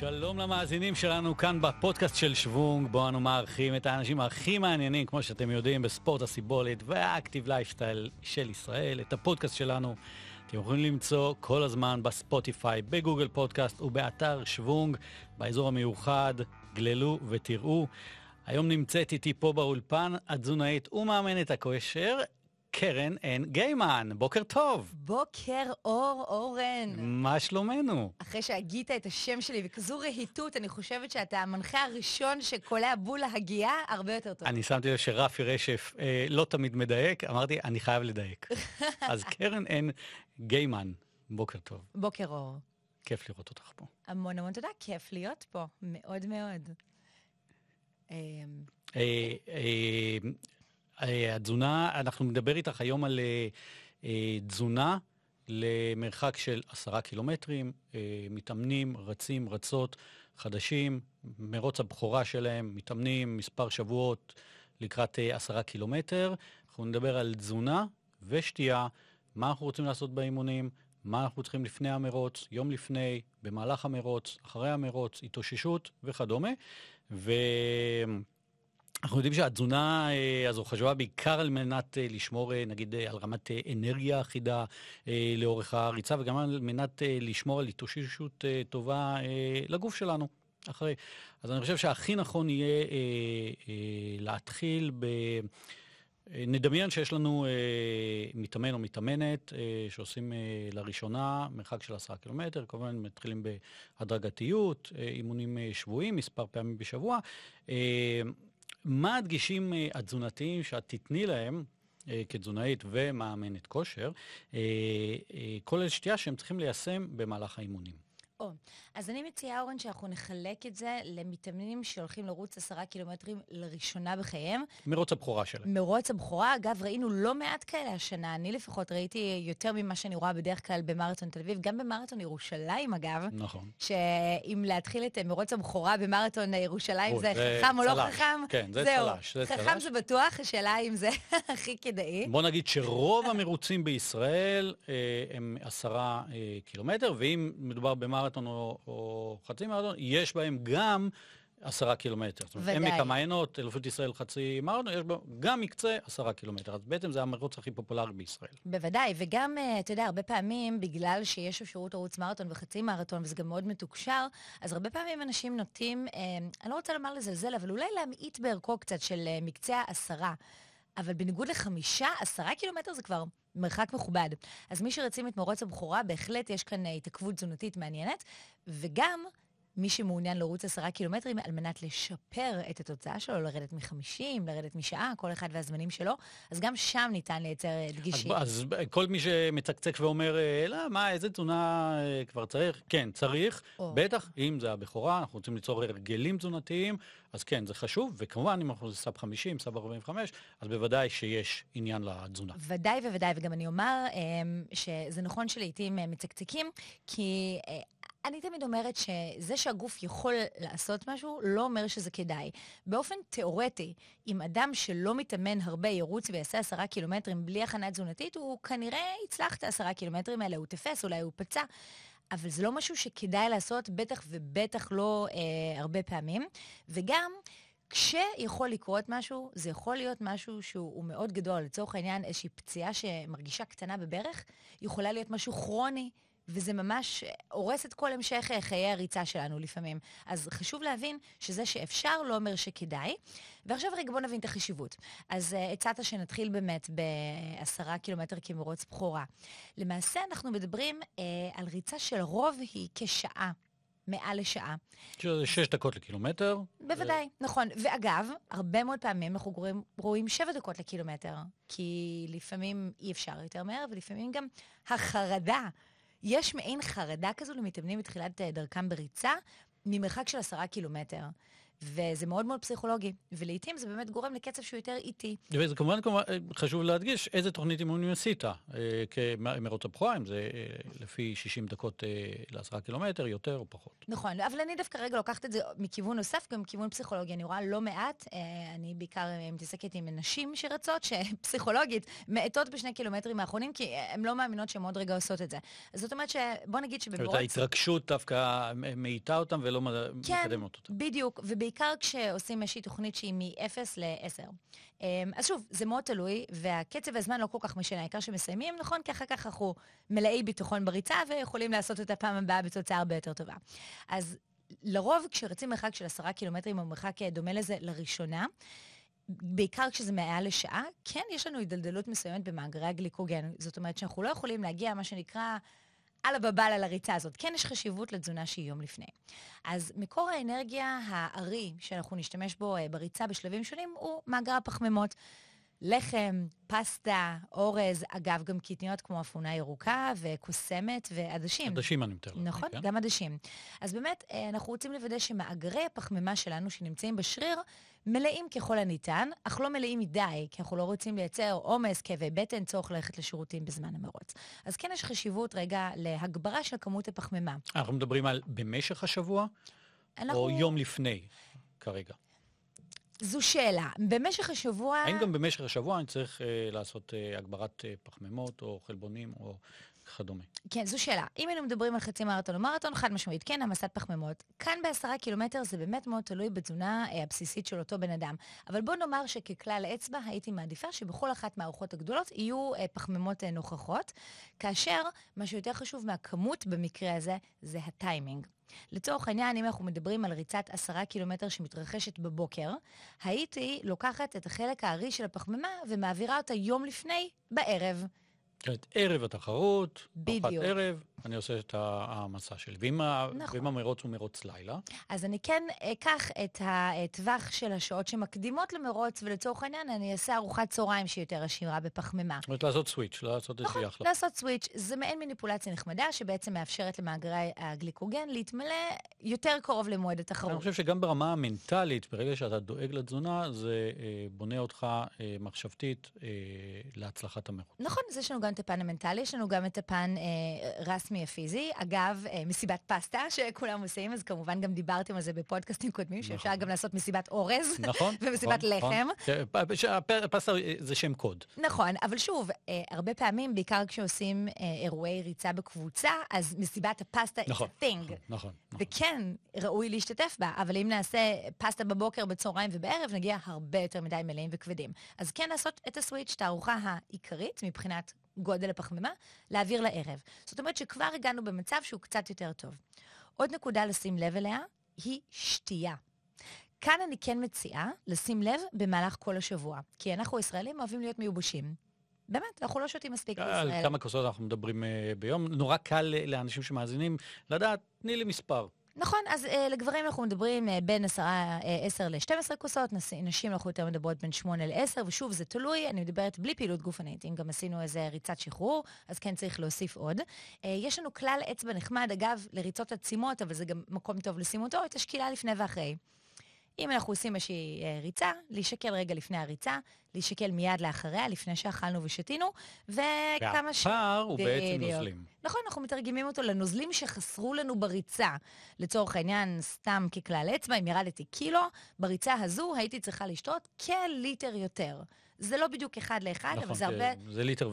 שלום למאזינים שלנו כאן בפודקאסט של שוונג, בו אנו מארחים את האנשים הכי מעניינים, כמו שאתם יודעים, בספורט הסיבולית והאקטיב לייפסטייל של ישראל. את הפודקאסט שלנו אתם יכולים למצוא כל הזמן בספוטיפיי, בגוגל פודקאסט ובאתר שוונג, באזור המיוחד. גללו ותראו. היום נמצאת איתי פה באולפן התזונאית ומאמנת הכושר, קרן אן גיימן. בוקר טוב. בוקר אור, אורן. מה שלומנו? אחרי שהגית את השם שלי וכזו רהיטות, אני חושבת שאתה המנחה הראשון שקולע בול להגיעה הרבה יותר טוב. אני שמתי לב שרפי רשף לא תמיד מדייק, אמרתי, אני חייב לדייק. אז קרן אן גיימן, בוקר טוב. בוקר אור. כיף לראות אותך פה. המון המון תודה, כיף להיות פה, מאוד מאוד. התזונה, אנחנו מדבר איתך היום על תזונה למרחק של 10 קילומטרים, מתאמנים, רצים, רצות חדשים, מרוץ הבכורה שלהם, מתאמנים מספר שבועות לקראת 10 קילומטר. אנחנו נדבר על תזונה ושתייה, מה אנחנו רוצים לעשות באימונים, מה אנחנו צריכים לפני המרוץ, יום לפני, במהלך המרוץ, אחרי המרוץ, התאוששות וכדומה. אנחנו יודעים שהתזונה הזו חשובה בעיקר על מנת לשמור, נגיד, על רמת אנרגיה אחידה לאורך הריצה, וגם על מנת לשמור על התאוששות טובה לגוף שלנו אחרי. אז אני חושב שהכי נכון יהיה להתחיל נדמיין שיש לנו מתאמן או מתאמנת שעושים לראשונה מרחק של 10 קילומטר, כמובן מתחילים בהדרגתיות, אימונים שבועיים, מספר פעמים בשבוע. מה הדגישים התזונתיים שאת תתני להם כתזונאית ומאמנת כושר, כולל שתייה שהם צריכים ליישם במהלך האימונים? אז אני מציעה, אורן, שאנחנו נחלק את זה למתאמנים שהולכים לרוץ 10 קילומטרים לראשונה בחייהם. מרוץ הבכורה שלהם. מרוץ הבכורה, אגב, ראינו לא מעט כאלה השנה. אני לפחות ראיתי יותר ממה שאני רואה בדרך כלל במרתון תל אביב, גם במרתון ירושלים, אגב. נכון. שאם להתחיל את מרוץ הבכורה במרתון ירושלים זה חכם או לא חכם. כן, זה צלש. חכם זה בטוח, השאלה אם זה הכי כדאי. בוא נגיד שרוב המרוצים בישראל הם 10 קילומטר, ואם מדובר במרתון או חצי מרתון, יש בהם גם 10 קילומטר. זאת אומרת, עמק המעיינות, אליפות ישראל חצי מרתון, יש בו גם מקצה 10 קילומטר. אז בעצם זה המרוץ הכי פופולרי בישראל. בוודאי, וגם, אתה יודע, הרבה פעמים, בגלל שיש אפשרות לרוץ מרתון וחצי מרתון, וזה גם מאוד מתוקשר, אז הרבה פעמים אנשים נוטים, אני לא רוצה לומר לזלזל, אבל אולי להמעיט בערכו קצת של מקצה 10. אבל בניגוד ל5, 10 קילומטר זה כבר מרחק מכובד. אז מי שרצים את מרוץ הבכורה, בהחלט יש כאן התעכבות תזונתית מעניינת, וגם מי שמעוניין לרוץ 10 קילומטרים על מנת לשפר את התוצאה שלו, לרדת מ50, לרדת משעה, כל אחד והזמנים שלו, אז גם שם ניתן לייצר דגישים. אז כל מי שמצקצק ואומר, לא, מה, איזה תזונה כבר צריך? כן, צריך, בטח, אם זה הבכורה, אנחנו רוצים ליצור הרגלים תזונתיים, אז כן, זה חשוב, וכמובן, אם אנחנו סאב 50, סאב 45, אז בוודאי שיש עניין לתזונה. ודאי וודאי, וגם אני אומר שזה נכון שלעיתים מצקצקים, כי אני תמיד אומרת שזה שהגוף יכול לעשות משהו, לא אומר שזה כדאי. באופן תיאורטי, אם אדם שלא מתאמן הרבה ירוץ ויעשה 10 קילומטרים בלי הכנה תזונתית, הוא כנראה יצלח את 10 קילומטרים האלה, הוא תפס, אולי הוא פצע. אבל זה לא משהו שכדאי לעשות, בטח ובטח לא הרבה פעמים. וגם, כשיכול לקרות משהו, זה יכול להיות משהו שהוא מאוד גדול. לצורך העניין, איזושהי פציעה שמרגישה קטנה בברך, יכולה להיות משהו כרוני, וזה ממש הורס את כל המשך חיי הריצה שלנו לפעמים. אז חשוב להבין שזה שאפשר לא אומר שכדאי. ועכשיו רגע בוא נבין את החשיבות. אז הצעת שנתחיל באמת ב10 קילומטר כמרוץ בכורה. למעשה אנחנו מדברים על ריצה של רוב היא כשעה. מעל לשעה. 6 דקות לקילומטר. בוודאי, נכון. ואגב, הרבה מאוד פעמים אנחנו רואים 7 דקות לקילומטר, כי לפעמים אי אפשר יותר מהר, ולפעמים גם החרדה. יש מעין חרדה כזו למתאמנים בתחילת דרכם בריצה, ממרחק של 10 קילומטר. וזה מאוד מאוד פסיכולוגי, ולעיתים זה באמת גורם לקצב שהוא יותר איטי. וזה כמובן חשוב להדגיש איזה תוכנית אימונים עשית, כמרוץ הבכורה, אם זה לפי 60 דקות ל10 קילומטר, יותר או פחות. נכון, אבל אני דווקא רגע לוקחת את זה מכיוון נוסף, גם מכיוון פסיכולוגי. אני רואה לא מעט, אני בעיקר מתעסקת עם נשים שרצות, שפסיכולוגית מעטות ב2 קילומטרים האחרונים, כי הן לא מאמינות שהן עוד רגע עושות את זה. אז זאת אומרת שבוא נגיד שבמרוץ... ההתרגשות דווקא מאיתה אותם ולא מקדמת אותם. בדיוק, ובעיקר כשעושים איזושהי תוכנית שהיא מ-0 ל-10. אז שוב, זה מאוד תלוי, והקצב והזמן לא כל כך משנה, העיקר שמסיימים, נכון? כי אחר כך אנחנו מלאי ביטחון בריצה, ויכולים לעשות את הפעם הבאה בתוצאה הרבה יותר טובה. אז לרוב, כשרצים מרחק של 10 קילומטרים, או מרחק דומה לזה לראשונה, בעיקר כשזה מעל לשעה, כן יש לנו הדלדלות מסוימת במאגרי הגליקוגן. זאת אומרת שאנחנו לא יכולים להגיע, מה שנקרא, על הבבל על הריצה הזאת. כן יש חשיבות לתזונה שהיא יום לפני. אז מקור האנרגיה הערי שאנחנו נשתמש בו בריצה בשלבים שונים הוא מאגר הפחמימות. לחם, פסטה, אורז, אגב גם קטניות כמו אפונה ירוקה וקוסמת ועדשים. עדשים אני מתאר. נכון, כן? גם עדשים. אז באמת אנחנו רוצים לוודא שמאגרי הפחמימה שלנו שנמצאים בשריר מלאים ככל הניתן, אך לא מלאים מדי, כי אנחנו לא רוצים לייצר עומס, כאבי בטן, צורך ללכת לשירותים בזמן המרוץ. אז כן יש חשיבות רגע להגברה של כמות הפחמימה. אנחנו מדברים על במשך השבוע או יום לפני כרגע? זו שאלה. במשך השבוע... האם גם במשך השבוע אני צריך לעשות הגברת פחמימות או חלבונים או כדומה? כן, זו שאלה. אם היינו מדברים על חצי מרתון או מרתון, חד משמעית, כן, המסת פחמימות. כאן ב10 קילומטר זה באמת מאוד תלוי בתזונה הבסיסית של אותו בן אדם. אבל בוא נאמר שככלל אצבע הייתי מעדיפה שבכל אחת מהארוחות הגדולות יהיו פחמימות נוכחות, כאשר מה שיותר חשוב מהכמות במקרה הזה זה הטיימינג. לצורך העניין, אם אנחנו מדברים על ריצת 10 קילומטר שמתרחשת בבוקר, הייתי לוקחת את החלק הארי של הפחמימה ומעבירה אותה יום לפני בערב. ערב התחרות, בדיוק. ארוחת ערב, אני עושה את המסע שלי. ואם המרוץ הוא מרוץ לילה? אז אני כן אקח את הטווח של השעות שמקדימות למרוץ, ולצורך העניין אני אעשה ארוחת צהריים שהיא יותר עשירה בפחמימה. זאת אומרת, לעשות סוויץ', לעשות איזושהי החלטה. נכון, לעשות סוויץ'. זה מעין מניפולציה נחמדה, שבעצם מאפשרת למאגרי הגליקוגן להתמלא יותר קרוב למועד התחרות. אני חושב שגם ברמה המנטלית, ברגע שאתה דואג לתזונה, זה בונה אותך מחשבתית להצלחת המרוץ. נכון, אז יש לנו גם את הפן המנטלי, יש לנו גם את הפן רסמי הפיזי. אגב, מסיבת פסטה שכולם עושים, אז כמובן גם דיברתם על זה בפודקאסטים קודמים, שאפשר גם לעשות מסיבת אורז ומסיבת לחם. הפסטה זה שם קוד. נכון, אבל שוב, הרבה פעמים, בעיקר כשעושים אירועי ריצה בקבוצה, אז מסיבת הפסטה is a thing. נכון. וכן, ראוי להשתתף בה, אבל אם נעשה פסטה בבוקר, בצהריים ובערב, נגיע הרבה יותר מדי מלאים וכבדים. אז כן לעשות את הסוויץ', את הארוחה העיקרית, מבחינת גודל הפחמימה, להעביר לערב. זאת אומרת שכבר הגענו במצב שהוא קצת יותר טוב. עוד נקודה לשים לב אליה, היא שתייה. כאן אני כן מציעה לשים לב במהלך כל השבוע, כי אנחנו ישראלים אוהבים להיות מיובשים. באמת, אנחנו לא שותים מספיק בישראל. על כמה כוסות אנחנו מדברים ביום. נורא קל לאנשים שמאזינים לדעת, תני לי מספר. נכון, אז לגברים אנחנו מדברים בין 10 ל-12 כוסות, נשים אנחנו יותר מדברות בין 8 ל-10, ושוב זה תלוי, אני מדברת בלי פעילות גופנית, אם גם עשינו איזה ריצת שחרור, אז כן צריך להוסיף עוד. יש לנו כלל אצבע נחמד, אגב, לריצות עצימות, אבל זה גם מקום טוב לשים אותו, את השקילה לפני ואחרי. אם אנחנו עושים איזושהי ריצה, להישקל רגע לפני הריצה, להישקל מיד לאחריה, לפני שאכלנו ושתינו, והפער הוא בעצם נוזלים. נכון, אנחנו מתרגמים אותו לנוזלים שחסרו לנו בריצה. לצורך העניין, סתם ככלל אצבע, אם ירדתי קילו, בריצה הזו הייתי צריכה לשתות כליטר יותר. זה לא בדיוק אחד לאחד, אבל זה הרבה... זה ליטר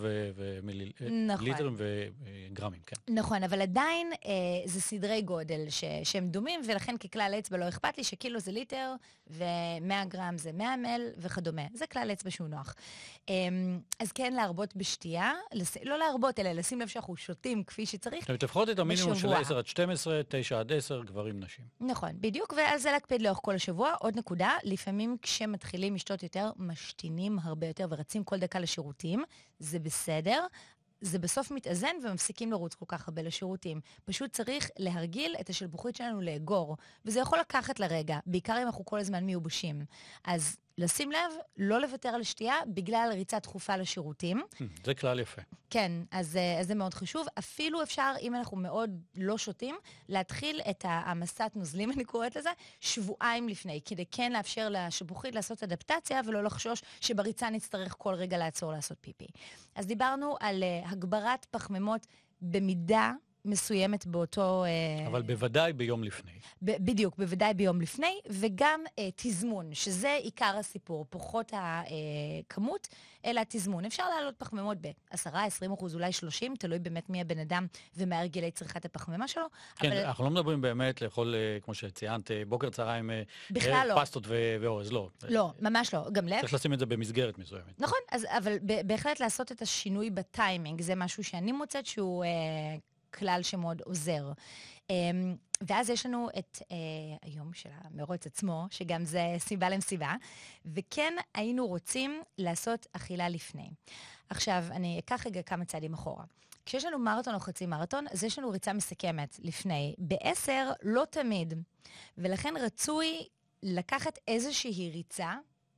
ליטרים וגרמים, כן. נכון, אבל עדיין זה סדרי גודל שהם דומים, ולכן ככלל אצבע לא אכפת לי שקילו זה ליטר, ו100 גרם זה 100 מל וכדומה. זה כלל אצבע שהוא נוח. אז כן, להרבות בשתייה, לא להרבות, אלא לשים לב שאנחנו שותים כפי שצריך. לפחות את המינימום של 10 עד 12, 9 עד 10, גברים, נשים. נכון, בדיוק, ועל זה להקפיד לאורך כל השבוע. עוד נקודה, לפעמים כשמתחילים לשתות יותר, משתינים הרבה יותר ורצים כל דקה לשירותים, זה בסדר. זה בסוף מתאזן ומפסיקים לרוץ כל כך הרבה לשירותים. פשוט צריך להרגיל את השלפוחית שלנו לאגור, וזה יכול לקחת לרגע, בעיקר אם אנחנו כל הזמן מיובשים. אז לשים לב, לא לוותר על שתייה בגלל ריצה תכופה לשירותים. זה כלל יפה. כן, אז זה מאוד חשוב. אפילו אפשר, אם אנחנו מאוד לא שותים, להתחיל את העמסת נוזלים, אני קוראת לזה, שבועיים לפני, כדי כן לאפשר לשבוכית לעשות אדפטציה, ולא לחשוש שבריצה נצטרך כל רגע לעצור לעשות פיפי. אז דיברנו על הגברת פחמימות במידה מסוימת באותו... אבל בוודאי ביום לפני. בדיוק, בוודאי ביום לפני, וגם תזמון, שזה עיקר הסיפור, פחות הכמות, אלא תזמון. אפשר להעלות פחמימות ב-10-20%, אולי 30%, תלוי באמת מי הבן אדם ומהרגלי צריכת הפחמימה שלו. כן, אבל... אנחנו לא מדברים באמת לאכול, כמו שציינת, בוקר צהריים, פסטות ואורז, לא. לא, ממש לא, גם לב. צריך לשים את זה במסגרת מסוימת. נכון, אבל בהחלט לעשות את השינוי בטיימינג, זה משהו שאני מוצאת שהוא... כלל שמאוד עוזר. ואז יש לנו את היום של המרוץ עצמו, שגם זה סיבה למסיבה, וכן היינו רוצים לעשות אכילה לפני. עכשיו, אני אקח רגע כמה צעדים אחורה. כשיש לנו מרתון או חצי מרתון, אז יש לנו ריצה מסכמת לפני. ב-10 לא תמיד. ולכן רצוי לקחת איזושהי ריצה,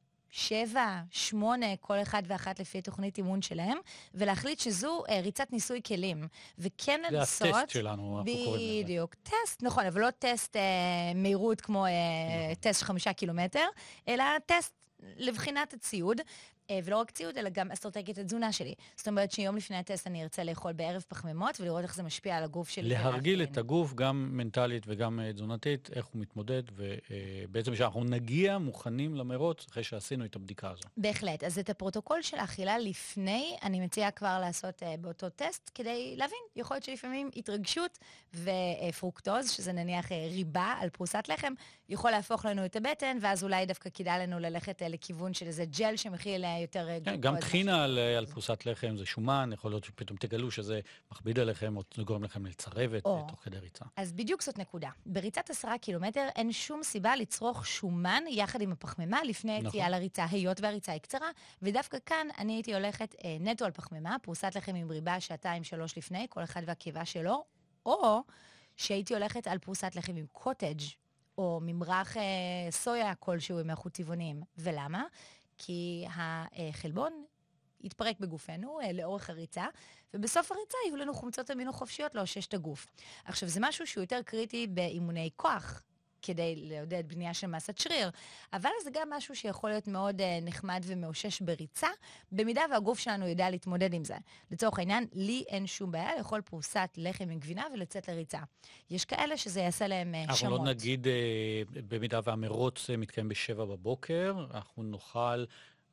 7, 8, כל אחד ואחת לפי תוכנית אימון שלהם, ולהחליט שזו ריצת ניסוי כלים. וכן לנסות... זה הטסט שלנו, אנחנו קוראים לזה. בדיוק, טסט, נכון, אבל לא טסט מהירות כמו טסט 5 קילומטר, אלא טסט לבחינת הציוד, ולא רק ציוד, אלא גם אסטרטגיית התזונה שלי. זאת אומרת שיום לפני הטסט אני ארצה לאכול בערב פחמימות, ולראות איך זה משפיע על הגוף שלי. להרגיל את הגוף, גם מנטלית וגם תזונתית, איך הוא מתמודד, ובעצם שאנחנו נגיע מוכנים למרוץ, אחרי שעשינו את הבדיקה הזו. בהחלט. אז את הפרוטוקול של האכילה לפני, אני מציעה כבר לעשות באותו טסט, כדי להבין, יכול להיות שלפעמים התרגשות ופרוקטוז, שזה נניח ריבה על פרוסת לחם, יכול להפוך לנו את הבטן, ואז אולי דווקא כדאי לנו ללכת לכיוון של איזה ג'ל שמכיל יותר גלוקוז. גם טחינה על פרוסת לחם זה שומן, יכול להיות שפתאום תגלו שזה מכביד עליכם, או זה גורם לכם לצרבת תוך כדי ריצה. אז בדיוק זאת נקודה. בריצת 10 קילומטר אין שום סיבה לצרוך שומן יחד עם הפחמימה לפני יציאה לריצה, היות והריצה היא קצרה, ודווקא כאן אני הייתי הולכת נטו על פחמימה, פרוסת לחם עם ריבה 2-3 לפני, כל אחד והקיבה שלו, או שהייתי הולכת על פרוסת לחם עם קוטג' או ממרח סויה כלשהו עם איכות טבעוניים. ולמה? כי החלבון יתפרק בגופנו לאורך הריצה, ובסוף הריצה יהיו לנו חומצות אמינו חופשיות לאושש את הגוף. עכשיו, זה משהו שהוא יותר קריטי באימוני כוח, כדי לעודד בנייה של מסת שריר, אבל זה גם משהו שיכול להיות מאוד נחמד ומאושש בריצה, במידה והגוף שלנו יודע להתמודד עם זה. לצורך העניין, לי אין שום בעיה לאכול פרוסת לחם עם גבינה ולצאת לריצה. יש כאלה שזה יעשה להם שמות. אנחנו לא נגיד, במידה והמרוץ מתקיים ב7 בבוקר, אנחנו נאכל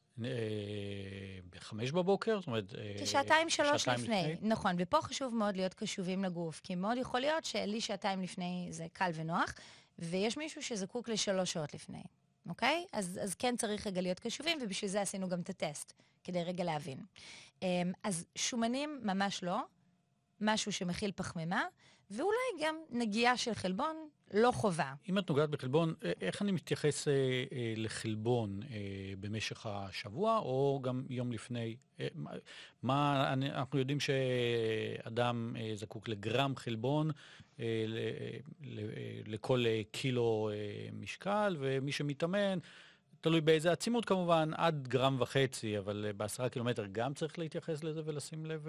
ב5 בבוקר, זאת אומרת... כשעתיים-שלוש לפני. נכון, ופה חשוב מאוד להיות קשובים לגוף, כי מאוד יכול להיות שלי שעתיים לפני זה קל ונוח, ויש מישהו שזקוק ל3 שעות לפני, אוקיי? אז כן צריך רגע להיות קשובים, ובשביל זה עשינו גם את הטסט, כדי רגע להבין. אז שומנים ממש לא, משהו שמכיל פחמימה, ואולי גם נגיעה של חלבון, לא חובה. אם את נוגעת בחלבון, איך אני מתייחס לחלבון במשך השבוע, או גם יום לפני? אנחנו יודעים שאדם זקוק לגרם חלבון לכל קילו משקל, ומי שמתאמן, תלוי באיזה עצימות כמובן, עד 1.5 גרם, אבל ב10 קילומטר גם צריך להתייחס לזה ולשים לב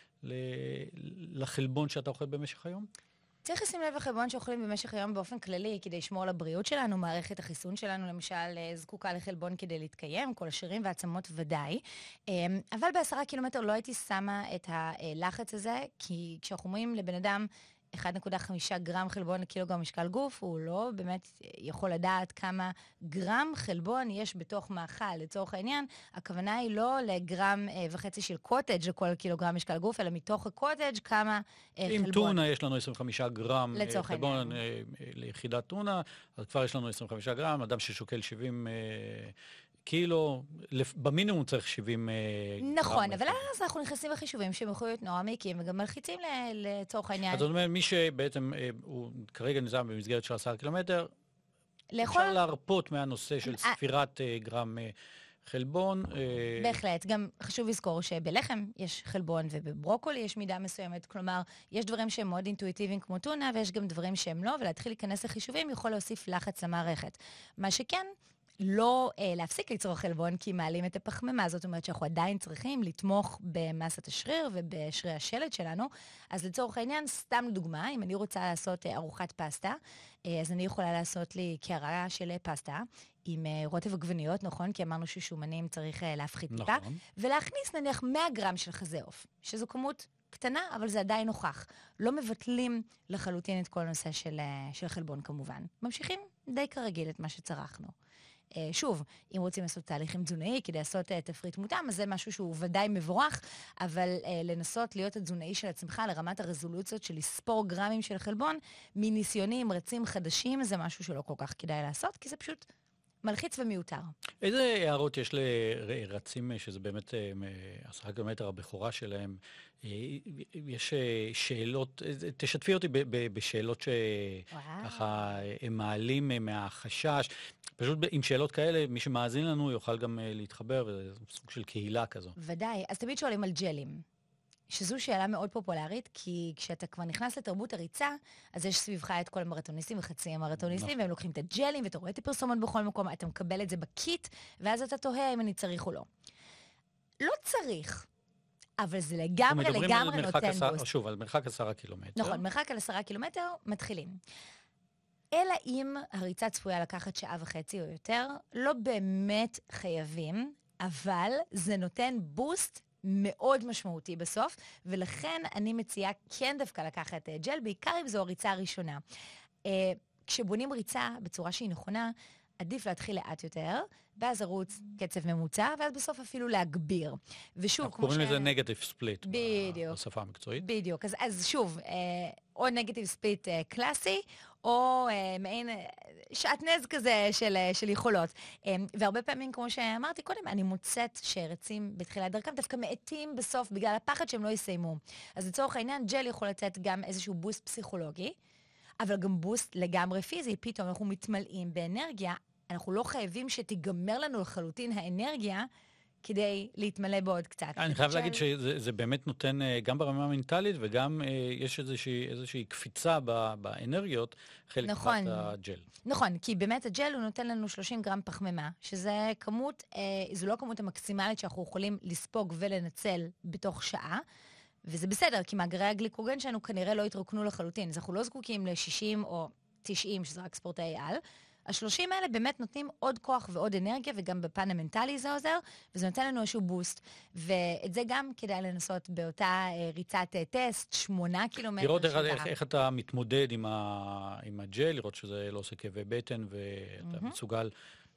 לחלבון שאתה אוכל במשך היום? צריך לשים לב לחלבון שאוכלים במשך היום באופן כללי, כדי לשמור על הבריאות שלנו, מערכת החיסון שלנו, למשל, זקוקה לחלבון כדי להתקיים, כל השרירים והעצמות ודאי. אבל ב10 קילומטר לא הייתי שמה את הלחץ הזה, כי כשאנחנו אומרים לבן אדם 1.5 גרם חלבון לקילוגרם משקל גוף, הוא לא באמת יכול לדעת כמה גרם חלבון יש בתוך מאכל. לצורך העניין, הכוונה היא לא לגרם וחצי של קוטג' לכל קילוגרם משקל גוף, אלא מתוך הקוטג' כמה חלבון. עם טונה יש לנו 25 גרם חלבון ליחידת טונה, אז כבר יש לנו 25 גרם, אדם ששוקל 70 קילו, במינימום צריך 70 נכון, אבל אז אנחנו נכנסים לחישובים שהם יכולים להיות נורא מעיקים, וגם מלחיצים לצורך העניין. אז זאת אומרת, מי שבעצם הוא כרגע נזם במסגרת של 10 קילומטר, לאכול... אפשר להרפות מהנושא של ספירת גרם חלבון. בהחלט, גם חשוב לזכור שבלחם יש חלבון ובברוקולי יש מידה מסוימת, כלומר, יש דברים שהם מאוד אינטואיטיביים כמו טונה, ויש גם דברים שהם לא, ולהתחיל להיכנס לחישובים יכול להוסיף לחץ למערכת. מה שכן, לא להפסיק לצרוך חלבון, כי מעלים את הפחמימה. זאת אומרת שאנחנו עדיין צריכים לתמוך במסת השריר ובשרירי השלד שלנו. אז לצורך העניין, סתם לדוגמה, אם אני רוצה לעשות ארוחת פסטה, אז אני יכולה לעשות לי קערה של פסטה עם רוטב עגבניות, נכון? כי אמרנו ששומנים צריך להפחית טיפה. נכון. ולהכניס נניח 100 גרם של חזה עוף, שזו כמות קטנה, אבל זה עדיין נוכח. לא מבטלים לחלוטין את כל הנושא של חלבון כמובן. ממשיכים די כרגיל את מה שצרכנו. שוב, אם רוצים לעשות תהליכים תזונאי כדי לעשות תפריט מותאם, אז זה משהו שהוא ודאי מבורך, אבל לנסות להיות התזונאי של עצמך לרמת הרזולוציות של לספור גרמים של חלבון, מניסיונים רצים חדשים, זה משהו שלא כל כך כדאי לעשות, כי זה פשוט מלחיץ ומיותר. איזה הערות יש לרצים שזה באמת 10 קילומטר הבכורה שלהם? יש שאלות, תשתפי אותי בשאלות שככה הם מעלים מהחשש. פשוט עם שאלות כאלה, מי שמאזין לנו יוכל גם להתחבר, וזה סוג של קהילה כזו. ודאי. אז תמיד שואלים על ג'לים. שזו שאלה מאוד פופולרית, כי כשאתה כבר נכנס לתרבות הריצה, אז יש סביבך את כל המרתוניסטים וחצי המרתוניסטים, והם לוקחים את הג'לים, ואתה רואה את הפרסומות בכל מקום, אתה מקבל את זה בקיט, ואז אתה תוהה אם אני צריך או לא. לא צריך, אבל זה לגמרי נותן בוסט. שוב, על מרחק 10 קילומטר. נכון, מרחק על 10 קילומטר, מתחילים. אלא אם הריצה צפויה לקחת 1.5 שעה או יותר, לא באמת חייבים, אבל זה נותן בוסט מאוד משמעותי בסוף, ולכן אני מציעה כן דווקא לקחת ג'ל, בעיקר אם זו הריצה הראשונה. כשבונים ריצה בצורה שהיא נכונה, עדיף להתחיל לאט יותר, ואז ערוץ קצב ממוצע, ואז בסוף אפילו להגביר. ושוב, כמו קוראים לזה נגטיב ספליט בשפה המקצועית. בדיוק. אז שוב, או נגטיב ספליט קלאסי, או מעין שעטנז כזה של יכולות. והרבה פעמים, כמו שאמרתי קודם, אני מוצאת שרצים בתחילת דרכם, דווקא מעטים בסוף בגלל הפחד שהם לא יסיימו. אז לצורך העניין, ג'ל יכול לתת גם איזשהו בוסט פסיכולוגי, אבל גם בוסט לגמרי פיזי. פתאום אנחנו מתמלאים באנרגיה, אנחנו לא חייבים שתיגמר לנו לחלוטין האנרגיה, כדי להתמלא בעוד קצת. אני חייב להגיד שזה באמת נותן גם ברמה המנטלית, וגם יש איזושהי קפיצה באנרגיות, חלק לקראת הג'ל. נכון, כי באמת הג'ל הוא נותן לנו 30 גרם פחמימה, שזה כמות, זו לא הכמות המקסימלית שאנחנו יכולים לספוג ולנצל בתוך שעה, וזה בסדר, כי מאגרי הגליקוגן שלנו כנראה לא יתרוקנו לחלוטין. אז אנחנו לא זקוקים ל-60 או 90, שזה רק ספורטאי על. ה-30 האלה באמת נותנים עוד כוח ועוד אנרגיה, וגם בפן המנטלי זה עוזר, וזה נותן לנו איזשהו בוסט. ואת זה גם כדאי לנסות באותה ריצת טסט, 8 קילומטר. לראות איך אתה מתמודד עם הג'ל, לראות שזה לא עושה כאבי בטן, ואתה מסוגל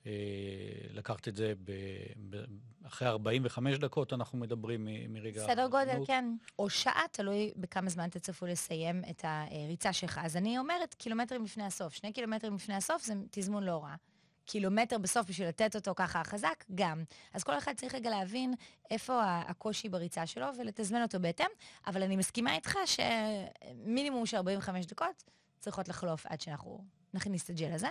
לקחת את זה אחרי 45 דקות, אנחנו מדברים מרגע... סדר גודל, כן. או שעה, תלוי בכמה זמן תצפו לסיים את הריצה שלך. אז אני אומרת, קילומטרים לפני הסוף. 2 קילומטרים לפני הסוף זה תזמון לא רע. קילומטר בסוף בשביל לתת אותו ככה חזק, גם. אז כל אחד צריך רגע להבין איפה הקושי בריצה שלו, ולתזמן אותו בהתאם. אבל אני מסכימה איתך שמינימום של 45 דקות צריכות לחלוף עד שאנחנו נכניס את הג'ל הזה.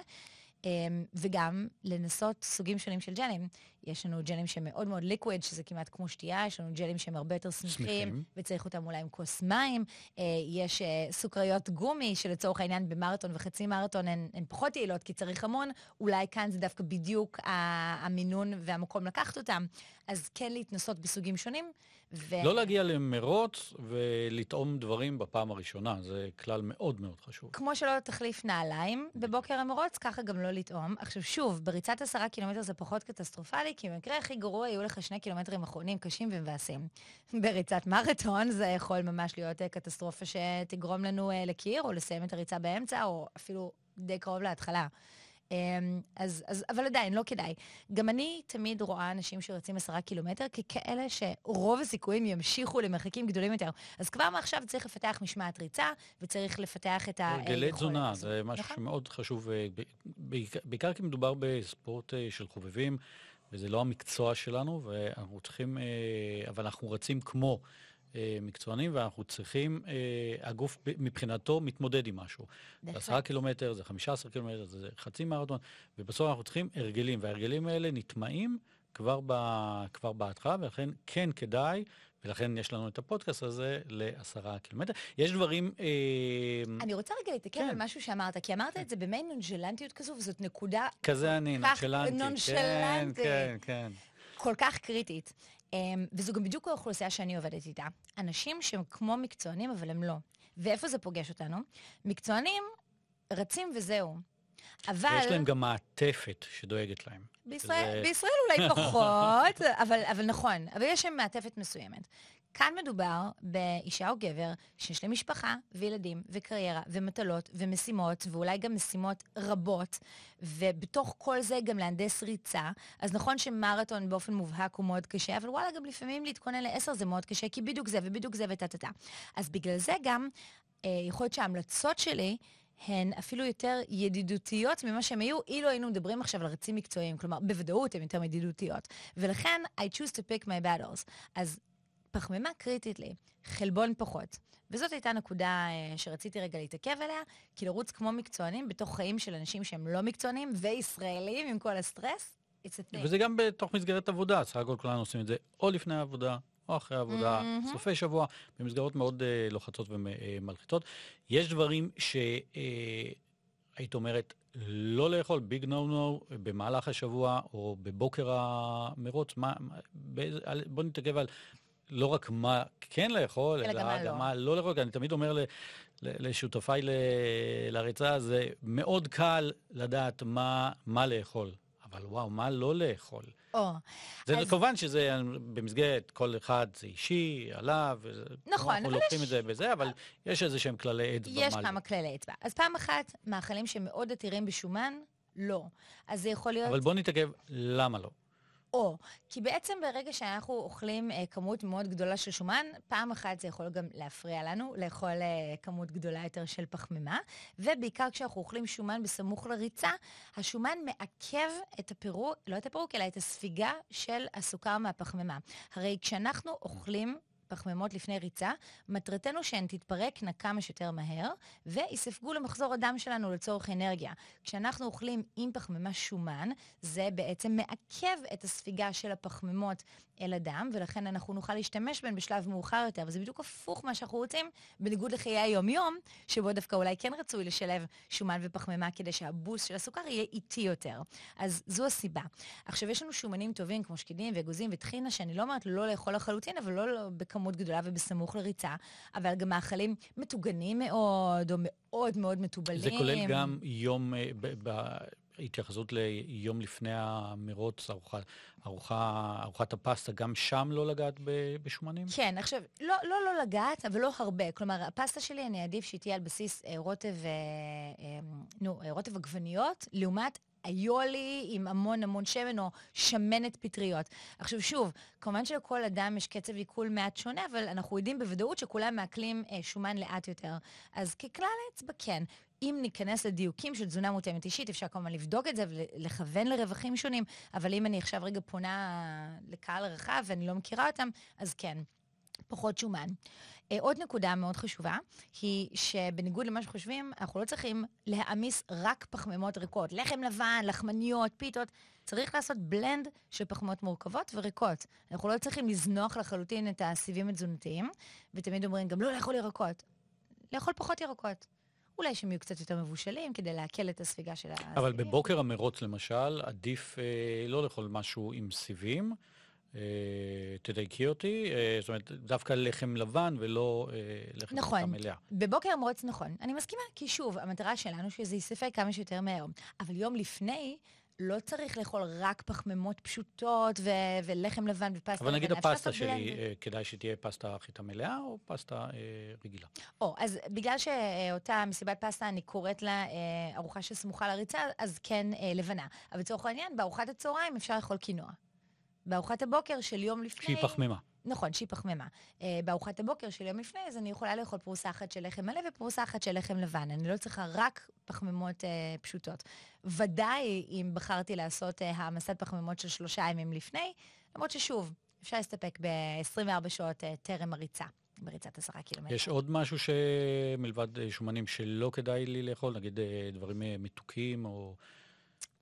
וגם לנסות סוגים שונים של ג'לים. יש לנו ג'לים שמאוד מאוד ליקוויד, שזה כמעט כמו שתייה, יש לנו ג'לים שהם הרבה יותר סמיכים, וצריך אותם אולי עם כוס מים. יש סוכריות גומי, שלצורך העניין במרתון וחצי מרתון הן פחות יעילות, כי צריך המון. אולי כאן זה דווקא בדיוק המינון והמקום לקחת אותם. אז כן להתנסות בסוגים שונים. לא להגיע למרוץ ולטעום דברים בפעם הראשונה, זה כלל מאוד מאוד חשוב. כמו שלא תחליף נעליים בבוקר המרוץ, ככה גם לא לטעום. עכשיו שוב, בריצת 10 קילומטר זה פחות קטסטרופלי, כי במקרה הכי גרוע יהיו לך 2 קילומטרים אחרונים קשים ומבאסים. בריצת מרתון זה יכול ממש להיות קטסטרופה שתגרום לנו לקיר, או לסיים את הריצה באמצע, או אפילו די קרוב להתחלה. אבל עדיין, לא כדאי. גם אני תמיד רואה אנשים שרצים 10 קילומטר ככאלה שרוב הסיכויים ימשיכו למרחקים גדולים יותר. אז כבר מעכשיו צריך לפתח משמעת ריצה, וצריך לפתח את היכולת. הרגלי תזונה, זה משהו שמאוד חשוב, בעיקר כי מדובר בספורט של חובבים, וזה לא המקצוע שלנו, ואנחנו צריכים, אבל אנחנו רצים כמו מקצוענים, ואנחנו צריכים, הגוף מבחינתו מתמודד עם משהו. זה 10 קילומטר, זה 15 קילומטר, זה חצי מרתון, ובסוף אנחנו צריכים הרגלים, וההרגלים האלה נטמעים כבר בהתחלה, ולכן כן כדאי, ולכן יש לנו את הפודקאסט הזה ל10 קילומטר. יש דברים... אני רוצה רגע להתעכב על משהו שאמרת, כי אמרת את זה במין נונשלנטיות כזו, וזאת נקודה... כזה אני, נונשלנטית. כן. כל כך קריטית. וזו גם בדיוק האוכלוסייה שאני עובדת איתה. אנשים שהם כמו מקצוענים, אבל הם לא. ואיפה זה פוגש אותנו? מקצוענים רצים וזהו. אבל... ויש להם גם מעטפת שדואגת להם. בישראל אולי פחות, אבל נכון. אבל יש שם מעטפת מסוימת. כאן מדובר באישה או גבר שיש להם משפחה וילדים וקריירה ומטלות ומשימות, ואולי גם משימות רבות, ובתוך כל זה גם להנדס ריצה. אז נכון שמרתון באופן מובהק הוא מאוד קשה, אבל וואלה, גם לפעמים להתכונן ל10 זה מאוד קשה, כי בדיוק זה ובדיוק זה וטטטה. אז בגלל זה גם יכול להיות שההמלצות שלי הן אפילו יותר ידידותיות ממה שהם היו, אילו היינו מדברים עכשיו על רצים מקצועיים, כלומר, בוודאות הן יותר ידידותיות. ולכן, I choose to pick my battles. אז פחמימה קריטית לי, חלבון פחות. וזאת הייתה נקודה שרציתי רגע להתעכב עליה, כי לרוץ כמו מקצוענים בתוך חיים של אנשים שהם לא מקצוענים וישראלים עם כל הסטרס, it's a thing. וזה גם בתוך מסגרת עבודה, סך הכל כולנו עושים את זה או לפני העבודה, או אחרי העבודה, סופי שבוע, במסגרות מאוד לוחצות ומלחיצות. יש דברים שהיית אומרת, לא לאכול ביג נו במהלך השבוע, או בבוקר המרוץ, בוא נתעכב על לא רק מה כן לאכול, אלא גם מה לא לאכול. אני תמיד אומר לשותפיי לריצה, זה מאוד קל לדעת מה לאכול, אבל וואו, מה לא לאכול. זה כמובן שזה במסגרת כל אחד זה אישי, עליו, נכון, אנחנו לוקחים את זה בזה, אבל יש איזה שהם כללי אצבע. יש כמה כללי אצבע. אז פעם אחת, מאכלים שמאוד עתירים בשומן, לא. אז זה יכול להיות... אבל בוא נתעכב, למה לא? כי בעצם ברגע שאנחנו אוכלים כמות מאוד גדולה של שומן, פעם אחת זה יכול גם להפריע לנו, לאכול כמות גדולה יותר של פחמימה, ובעיקר כשאנחנו אוכלים שומן בסמוך לריצה, השומן מעכב את הפירוק, לא את הפירוק, אלא את הספיגה של הסוכר מהפחמימה. הרי כשאנחנו אוכלים פחמימות לפני ריצה, מטרתנו שהן תתפרקנה כמה שיותר מהר, ויספגו למחזור הדם שלנו לצורך אנרגיה. כשאנחנו אוכלים עם פחמימה שומן, זה בעצם מעכב את הספיגה של הפחמימות אל הדם, ולכן אנחנו נוכל להשתמש בהן בשלב מאוחר יותר, וזה בדיוק הפוך מה שאנחנו רוצים, בניגוד לחיי היום-יום, שבו דווקא אולי כן רצוי לשלב שומן ופחמימה, כדי שהבוס של הסוכר יהיה איטי יותר. אז זו הסיבה. עכשיו, יש לנו שומנים טובים, כמו שקדים ואגוזים וטחינה, שאני לא אומרת לא לאכול לחלוטין, אבל לא בכמות גדולה ובסמוך לריצה, אבל גם מאכלים מטוגנים מאוד, או מאוד מאוד מטובלים. זה כולל גם יום, בהתייחסות ליום לפני המרוץ, ארוחת הפסטה, גם שם לא לגעת בשומנים? כן, עכשיו, לא לגעת, אבל לא הרבה. כלומר, הפסטה שלי אני אעדיף שהיא תהיה על בסיס רוטב עגבניות, לעומת איולי עם המון שמן או שמנת פטריות. עכשיו שוב, כמובן שלכל אדם יש קצב עיכול מעט שונה, אבל אנחנו יודעים בוודאות שכולם מעכלים שומן לאט יותר. אז ככלל אצבע כן. אם ניכנס לדיוקים של תזונה מותאמת אישית, אפשר כמובן לבדוק את זה ולכוון לרווחים שונים, אבל אם אני עכשיו רגע פונה לקהל רחב ואני לא מכירה אותם, אז כן, פחות שומן. עוד נקודה מאוד חשובה, היא שבניגוד למה שחושבים, אנחנו לא צריכים להעמיס רק פחמימות ריקות. לחם לבן, לחמניות, פיתות. צריך לעשות בלנד של פחמימות מורכבות וריקות. אנחנו לא צריכים לזנוח לחלוטין את הסיבים התזונתיים, ותמיד אומרים גם לא לאכול ירקות. לאכול פחות ירקות. אולי שהם יהיו קצת יותר מבושלים, כדי להקל את הספיגה של הסיבים. אבל בבוקר המרוץ למשל, עדיף לא לאכול משהו עם סיבים, תדייקי אותי, זאת אומרת, דווקא לחם לבן ולא לחם נכון, מלאה. בבוקר המרוץ נכון. אני מסכימה, כי שוב, המטרה שלנו שזה ייספק כמה שיותר מהר. אבל יום לפני, לא צריך לאכול רק פחמימות פשוטות ולחם לבן ופסטה. אבל נגיד הפסטה שלי, כדאי שתהיה פסטה חיטה מלאה או פסטה רגילה? אז בגלל שאותה מסיבת פסטה אני קוראת לה ארוחה שסמוכה לריצה, אז כן לבנה. אבל לצורך העניין, בארוחת הצהריים אפשר לאכול קינוע. בארוחת הבוקר של יום לפני... שהיא פחמימה. נכון, שהיא פחמימה. בארוחת הבוקר של יום לפני, אז אני יכולה לאכול פרוסה אחת של לחם מלא ופרוסה אחת של לחם לבן. אני לא צריכה רק פחמימות פשוטות. ודאי אם בחרתי לעשות העמסת פחמימות של 3 ימים לפני, למרות ששוב, אפשר להסתפק ב-24 שעות טרם הריצה. בריצת 10 קילומטר. יש עוד משהו שמלבד שומנים שלא כדאי לי לאכול? נגיד דברים מתוקים או...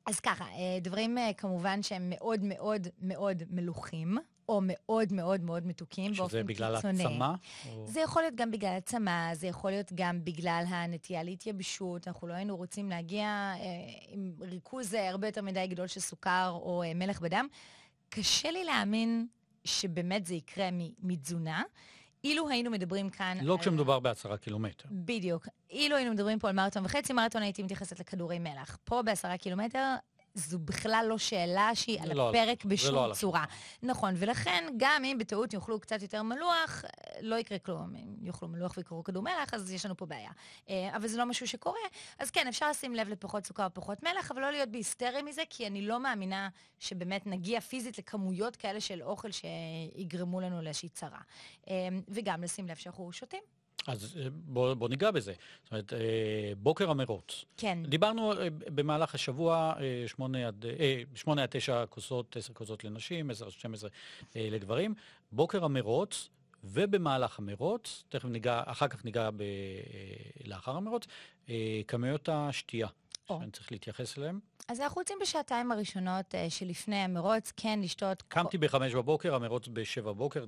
אז ככה, דברים כמובן שהם מאוד מאוד מאוד מלוכים, או מאוד מאוד מאוד מתוקים באופן קיצוני. שזה בגלל הצמא? זה יכול להיות גם בגלל הצמא, זה יכול להיות גם בגלל הנטייה להתייבשות. אנחנו לא היינו רוצים להגיע עם ריכוז הרבה יותר מדי גדול של סוכר או מלח בדם. קשה לי להאמין שבאמת זה יקרה מתזונה. אילו היינו מדברים כאן... לא כשמדובר ב10 קילומטר. בדיוק. אילו היינו מדברים פה על מרתון וחצי, מרתון הייתי מתייחסת לכדורי מלח. פה ב10 קילומטר... זו בכלל לא שאלה שהיא על הפרק בשום צורה. נכון, ולכן גם אם בטעות יאכלו קצת יותר מלוח, לא יקרה כלום. אם יאכלו מלוח ויקראו כדור מלח, אז יש לנו פה בעיה. אבל זה לא משהו שקורה. אז כן, אפשר לשים לב לפחות סוכר ופחות מלח, אבל לא להיות בהיסטריה מזה, כי אני לא מאמינה שבאמת נגיע פיזית לכמויות כאלה של אוכל שיגרמו לנו לאיזושהי צרה. וגם לשים לב שאנחנו שותים. אז בוא ניגע בזה. זאת אומרת, בוקר המרוץ. כן. דיברנו במהלך השבוע 8 עד 9 כוסות, 10 כוסות לנשים, 10 עד 12 לגברים. בוקר המרוץ, ובמהלך המרוץ, אחר כך ניגע לאחר המרוץ, כמויות השתייה. שאני צריך להתייחס אליהם. אז אנחנו רוצים בשעתיים הראשונות שלפני המרוץ, כן, לשתות... קמתי ב5 בבוקר, המרוץ ב7 בבוקר,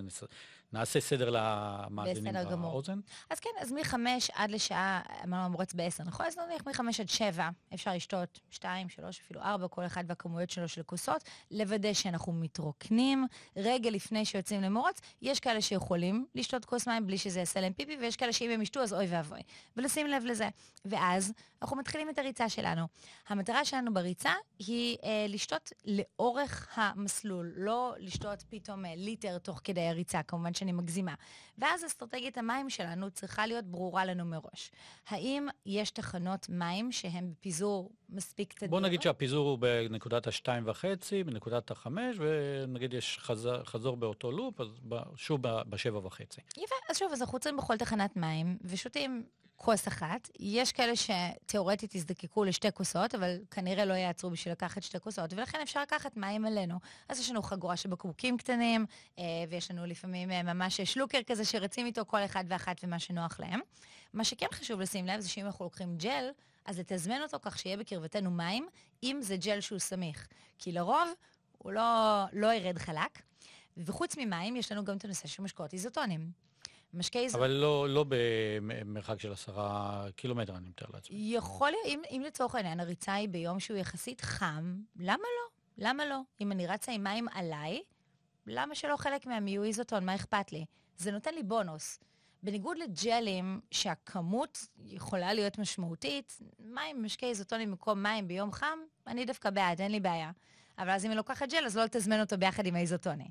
נעשה סדר למאזינים באוזן. אז כן, אז מ5 עד לשעה, אמרנו המרוץ ב10, נכון? אז נניח מ5 עד 7, אפשר לשתות 2, 3, אפילו 4, כל אחד והכמויות שלו של כוסות, לוודא שאנחנו מתרוקנים. רגע לפני שיוצאים למרוץ, יש כאלה שיכולים לשתות כוס מים בלי שזה יעשה להם פיפי, ויש כאלה שאם הם ישתו, אז אוי ואבוי. ולשים לב לזה. ואז אנחנו מתחילים את הריצה שלנו. המטרה שלנו בריצה היא לשתות לאורך המסלול, לא לשתות פתאום ליטר תוך כדי הריצה, כמובן שאני מגזימה. ואז אסטרטגיית המים שלנו צריכה להיות ברורה לנו מראש. האם יש תחנות מים שהן בפיזור מספיק תדיר? בוא נגיד שהפיזור הוא בנקודת ה2.5, בנקודת ה5, ונגיד יש חזור באותו לופ, אז שוב ב7.5. יפה, אז שוב, אז אנחנו רוצים בכל תחנת מים, ושותים כוס אחת. יש כאלה שתיאורטית יזדקקו לשתי כוסות, אבל כנראה לא יעצרו בשביל לקחת שתי כוסות, ולכן אפשר לקחת מים עלינו. אז יש לנו חגורה שבקבוקים קטנים, ויש לנו לפעמים ממש שלוקר כזה שרצים איתו כל אחד ואחת ומה שנוח להם. מה שכן חשוב לשים לב זה שאם אנחנו לוקחים ג'ל, אז לתזמן אותו כך שיהיה בקרבתנו מים, אם זה ג'ל שהוא סמיך. כי לרוב הוא לא ירד חלק. וחוץ ממים יש לנו גם את הנושא של משקאות איזוטונים. אבל לא במרחק של 10 קילומטר, אני מתאר לעצמי. יכול להיות, אם לצורך העניין הריצה היא ביום שהוא יחסית חם, למה לא? למה לא? אם אני רצה עם מים עליי, למה שלא חלק מהם יהיו איזוטון? מה אכפת לי? זה נותן לי בונוס. בניגוד לג'לים, שהכמות יכולה להיות משמעותית, מים, משקי איזוטונים במקום מים ביום חם, אני דווקא בעד, אין לי בעיה. אבל אז אם אני לוקחת ג'ל, אז לא תזמן אותו ביחד עם האיזוטוני.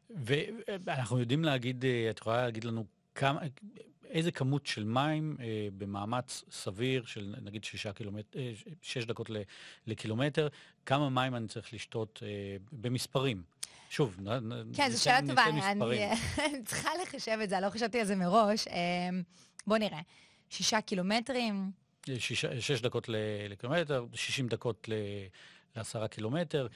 ואנחנו יודעים להגיד, את יכולה להגיד לנו איזה כמות של מים במאמץ סביר של נגיד 6 דקות לקילומטר, כמה מים אני צריך לשתות במספרים? שוב, כן, זו שאלה טובה, אני צריכה לחשב את זה, לא חשבתי על זה מראש. בוא נראה, 6 קילומטרים. 6 דקות לקילומטר, 60 דקות ל10 קילומטר.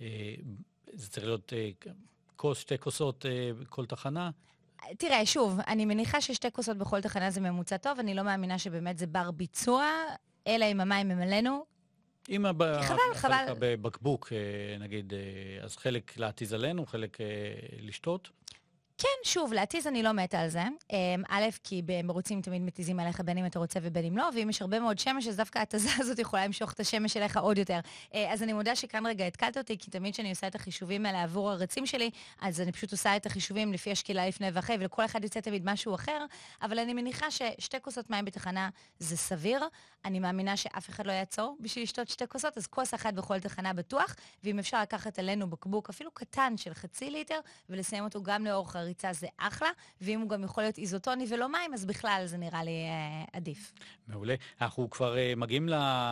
זה צריך להיות שתי כוסות כל תחנה. תראה, שוב, אני מניחה ששתי כוסות בכל תחנה זה ממוצע טוב, אני לא מאמינה שבאמת זה בר ביצוע, אלא אם המים הם עלינו. אם חבל. בבקבוק, נגיד, אז חלק להתיז עלינו, חלק לשתות. כן, שוב, להתיז אני לא מתה על זה. א', כי במרוצים תמיד מתיזים עליך בין אם אתה רוצה ובין אם לא, ואם יש הרבה מאוד שמש, אז דווקא התזה הזאת יכולה למשוך את השמש אליך עוד יותר. אז אני מודה שכאן רגע התקלת אותי, כי תמיד שאני עושה את החישובים האלה עבור הרצים שלי, אז אני פשוט עושה את החישובים לפי השקילה לפני ואחרי, ולכל אחד יוצא תמיד משהו אחר, אבל אני מניחה ששתי כוסות מים בתחנה זה סביר. אני מאמינה שאף אחד לא יעצור בשביל לשתות שתי כוסות, אז כוס אחת בכל תחנה בטוח, ואם אפשר לקחת עלינו בקבוק אפילו קטן של 0.5 ליטר, ולסיים אותו גם לאורך הריצה זה אחלה, ואם הוא גם יכול להיות איזוטוני ולא מים, אז בכלל זה נראה לי עדיף. מעולה. אנחנו כבר מגיעים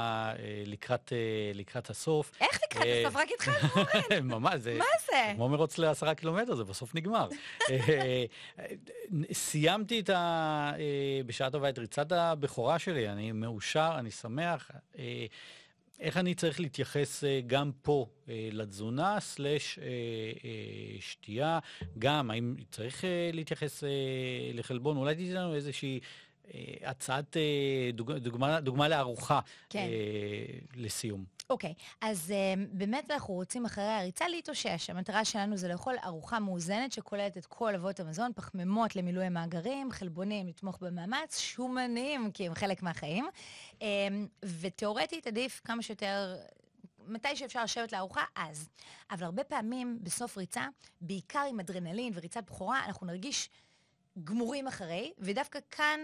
לקראת הסוף. איך לקראת הסוף? רק התחלנו. ממש, מה זה? כמו מרוץ ל10 קילומטר, זה בסוף נגמר. סיימתי בשעה טובה את ריצת הבכורה שלי, אני מאושר, אני שמח. איך אני צריך להתייחס גם פה לתזונה /שתייה, גם האם צריך להתייחס לחלבון, אולי תיתן לנו איזושהי הצעת דוגמה לארוחה כן. לסיום. אוקיי, אז באמת אנחנו רוצים אחרי הריצה להתאושש. המטרה שלנו זה לאכול ארוחה מאוזנת שכוללת את כל אבות המזון, פחמימות למילוי מאגרים, חלבונים לתמוך במאמץ, שומנים, כי הם חלק מהחיים. ותיאורטית עדיף כמה שיותר, מתי שאפשר לשבת לארוחה, אז. אבל הרבה פעמים בסוף ריצה, בעיקר עם אדרנלין וריצת בחורה, אנחנו נרגיש גמורים אחרי, ודווקא כאן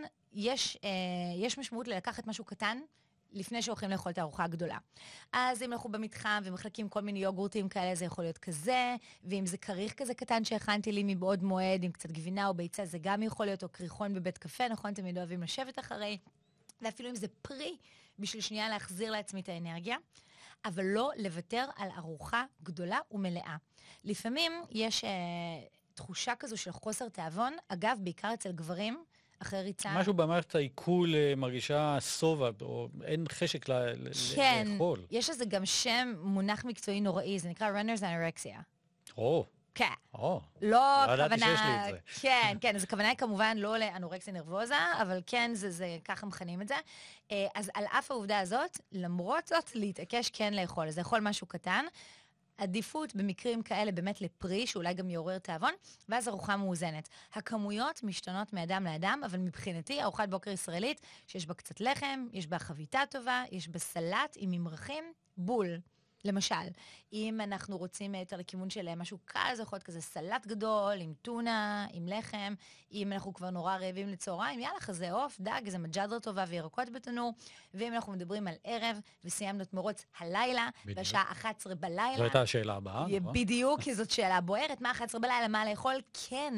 יש משמעות ללקחת משהו קטן, לפני שהולכים לאכול את הארוחה הגדולה. אז אם אנחנו במתחם ומחלקים כל מיני יוגורטים כאלה, זה יכול להיות כזה, ואם זה כריך כזה קטן שהכנתי לי מבעוד מועד, עם קצת גבינה או ביצה, זה גם יכול להיות, או קריחון בבית קפה, נכון? תמיד אוהבים לשבת אחרי, ואפילו אם זה פרי, בשביל שנייה להחזיר לעצמי את האנרגיה, אבל לא לוותר על ארוחה גדולה ומלאה. לפעמים יש תחושה כזו של חוסר תאבון, אגב, בעיקר אצל גברים, אחרי ריצה. משהו במערכת העיכול מרגישה סובה, או אין חשק לאכול. כן, יש לזה גם שם מונח מקצועי נוראי, זה נקרא runners anorexia. או. כן. או. לא לא ידעתי כוונה... שיש לי את זה. כן, כן, אז הכוונה היא כמובן לא לאנורקסיה נרבוזה, אבל כן, זה ככה מכנים את זה. אז על אף העובדה הזאת, למרות זאת, להתעקש כן לאכול. אז לאכול משהו קטן. עדיפות במקרים כאלה באמת לפרי, שאולי גם יעורר תאבון, ואז ארוחה מאוזנת. הכמויות משתנות מאדם לאדם, אבל מבחינתי, ארוחת בוקר ישראלית, שיש בה קצת לחם, יש בה חביתה טובה, יש בה סלט עם ממרחים, בול. למשל, אם אנחנו רוצים יותר לכיוון של משהו קל, זה יכול להיות כזה סלט גדול, עם טונה, עם לחם. אם אנחנו כבר נורא רעבים לצהריים, יאללה, חזה עוף, דג, איזה מג'דרה טובה וירקות בתנור. ואם אנחנו מדברים על ערב, וסיימנו את מרוץ הלילה, בשעה 11 בלילה. זו הייתה השאלה הבאה, נכון? בדיוק, כי זאת שאלה בוערת. מה 11 בלילה, מה לאכול? כן.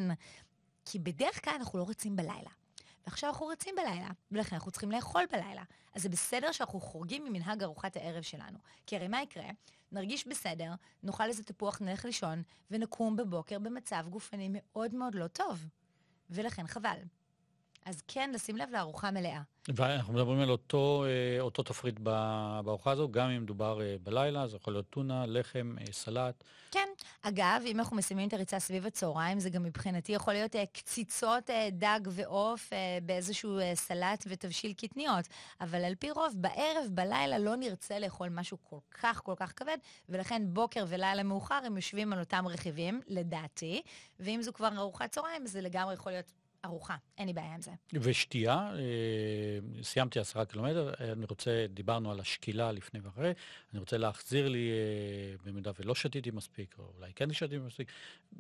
כי בדרך כלל אנחנו לא רצים בלילה. ועכשיו אנחנו רצים בלילה, ולכן אנחנו צריכים לאכול בלילה. אז זה בסדר שאנחנו חורגים ממנהג ארוחת הערב שלנו. כי הרי מה יקרה? נרגיש בסדר, נאכל איזה תפוח, נלך לישון, ונקום בבוקר במצב גופני מאוד מאוד לא טוב. ולכן חבל. אז כן, לשים לב לארוחה מלאה. ואנחנו מדברים על אותו תפריט בארוחה הזו, גם אם מדובר בלילה, זה יכול להיות טונה, לחם, סלט. כן. אגב, אם אנחנו מסיימים את הריצה סביב הצהריים, זה גם מבחינתי יכול להיות קציצות דג ועוף באיזשהו סלט ותבשיל קטניות. אבל על פי רוב, בערב, בלילה, לא נרצה לאכול משהו כל כך כבד, ולכן בוקר ולילה מאוחר הם יושבים על אותם רכיבים, לדעתי, ואם זו כבר ארוחת צהריים, זה לגמרי יכול להיות ארוחה, אין לי בעיה עם זה. ושתייה, סיימתי 10 קילומטר, דיברנו על השקילה לפני ואחרי, אני רוצה להחזיר לי, במידה ולא שתיתי מספיק, או אולי כן שתיתי מספיק,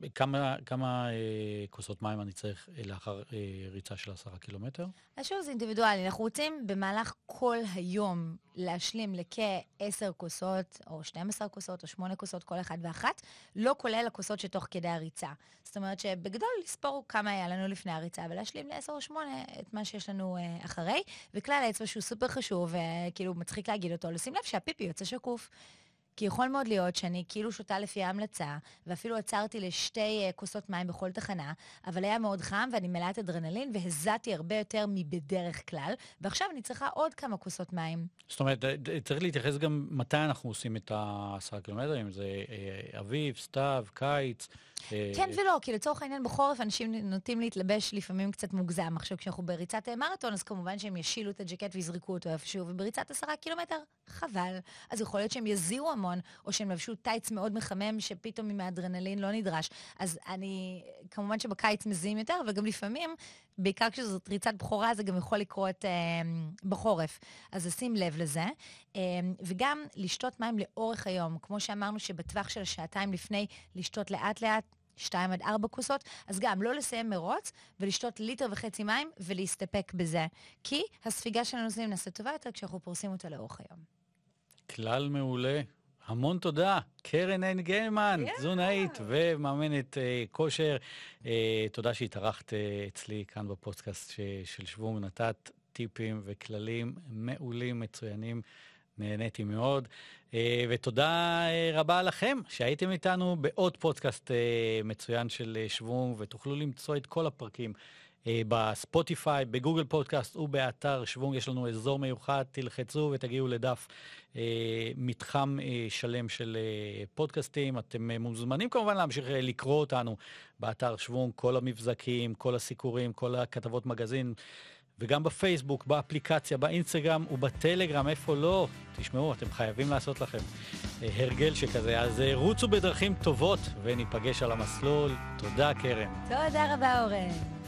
כמה כוסות מים אני צריך לאחר ריצה של 10 קילומטר? אז שוב, זה אינדיבידואלי. אנחנו רוצים במהלך כל היום להשלים לכ-10 כוסות, או 12 כוסות, או 8 כוסות, כל אחד ואחת, לא כולל הכוסות שתוך כדי הריצה. זאת אומרת שבגדול לספור כמה היה לנו לפני הריצה, ולהשלים ל-10 או 8 את מה שיש לנו אחרי, וכלל האצבע שהוא סופר חשוב, וכאילו מצחיק להגיד אותו, לשים לב שהפיפי יוצא שקוף. כי יכול מאוד להיות שאני כאילו שותה לפי ההמלצה, ואפילו עצרתי לשתי כוסות מים בכל תחנה, אבל היה מאוד חם ואני מלאת אדרנלין, והזעתי הרבה יותר מבדרך כלל, ועכשיו אני צריכה עוד כמה כוסות מים. זאת אומרת, צריך להתייחס גם מתי אנחנו עושים את ה10 קילומטר, אם זה אביב, סתיו, קיץ. כן ולא, כי לצורך העניין בחורף אנשים נוטים להתלבש לפעמים קצת מוגזם. עכשיו כשאנחנו בריצת מרתון, אז כמובן שהם ישילו את הג'קט ויזרקו אותו איפשהו, ובריצת 10 קילומטר, חבל. אז יכול להיות שהם יזיעו המון, או שהם לבשו טייץ מאוד מחמם, שפתאום עם האדרנלין לא נדרש. אז אני, כמובן שבקיץ מזיעים יותר, וגם לפעמים, בעיקר כשזאת ריצת בחורה, זה גם יכול לקרות בחורף. אז שים לב לזה. וגם לשתות מים לאורך היום, כמו שאמרנו שבטווח של השעתיים לפני, לשתות לאט לאט, 2 עד 4 כוסות, אז גם לא לסיים מרוץ, ולשתות 1.5 ליטר מים, ולהסתפק בזה. כי הספיגה של הנוזלים נעשה טובה יותר, כשאנחנו פורסים אותה לאורך היום. כלל מעולה. המון תודה, קרן עין גלמן, תזונאית ומאמנת כושר. תודה שהתארחת אצלי כאן בפודקאסט של שוונג, נתת טיפים וכללים מעולים, מצוינים, נהניתי מאוד. ותודה רבה לכם שהייתם איתנו בעוד פודקאסט מצוין של שוונג, ותוכלו למצוא את כל הפרקים בספוטיפיי, בגוגל פודקאסט ובאתר שוונג. יש לנו אזור מיוחד, תלחצו ותגיעו לדף מתחם שלם של פודקאסטים. אתם מוזמנים כמובן להמשיך לקרוא אותנו באתר שוונג, כל המבזקים, כל הסיקורים, כל הכתבות מגזין, וגם בפייסבוק, באפליקציה, באינסטגרם ובטלגרם, איפה לא? תשמעו, אתם חייבים לעשות לכם הרגל שכזה. אז רוצו בדרכים טובות וניפגש על המסלול. תודה, קרן. תודה רבה, אורן.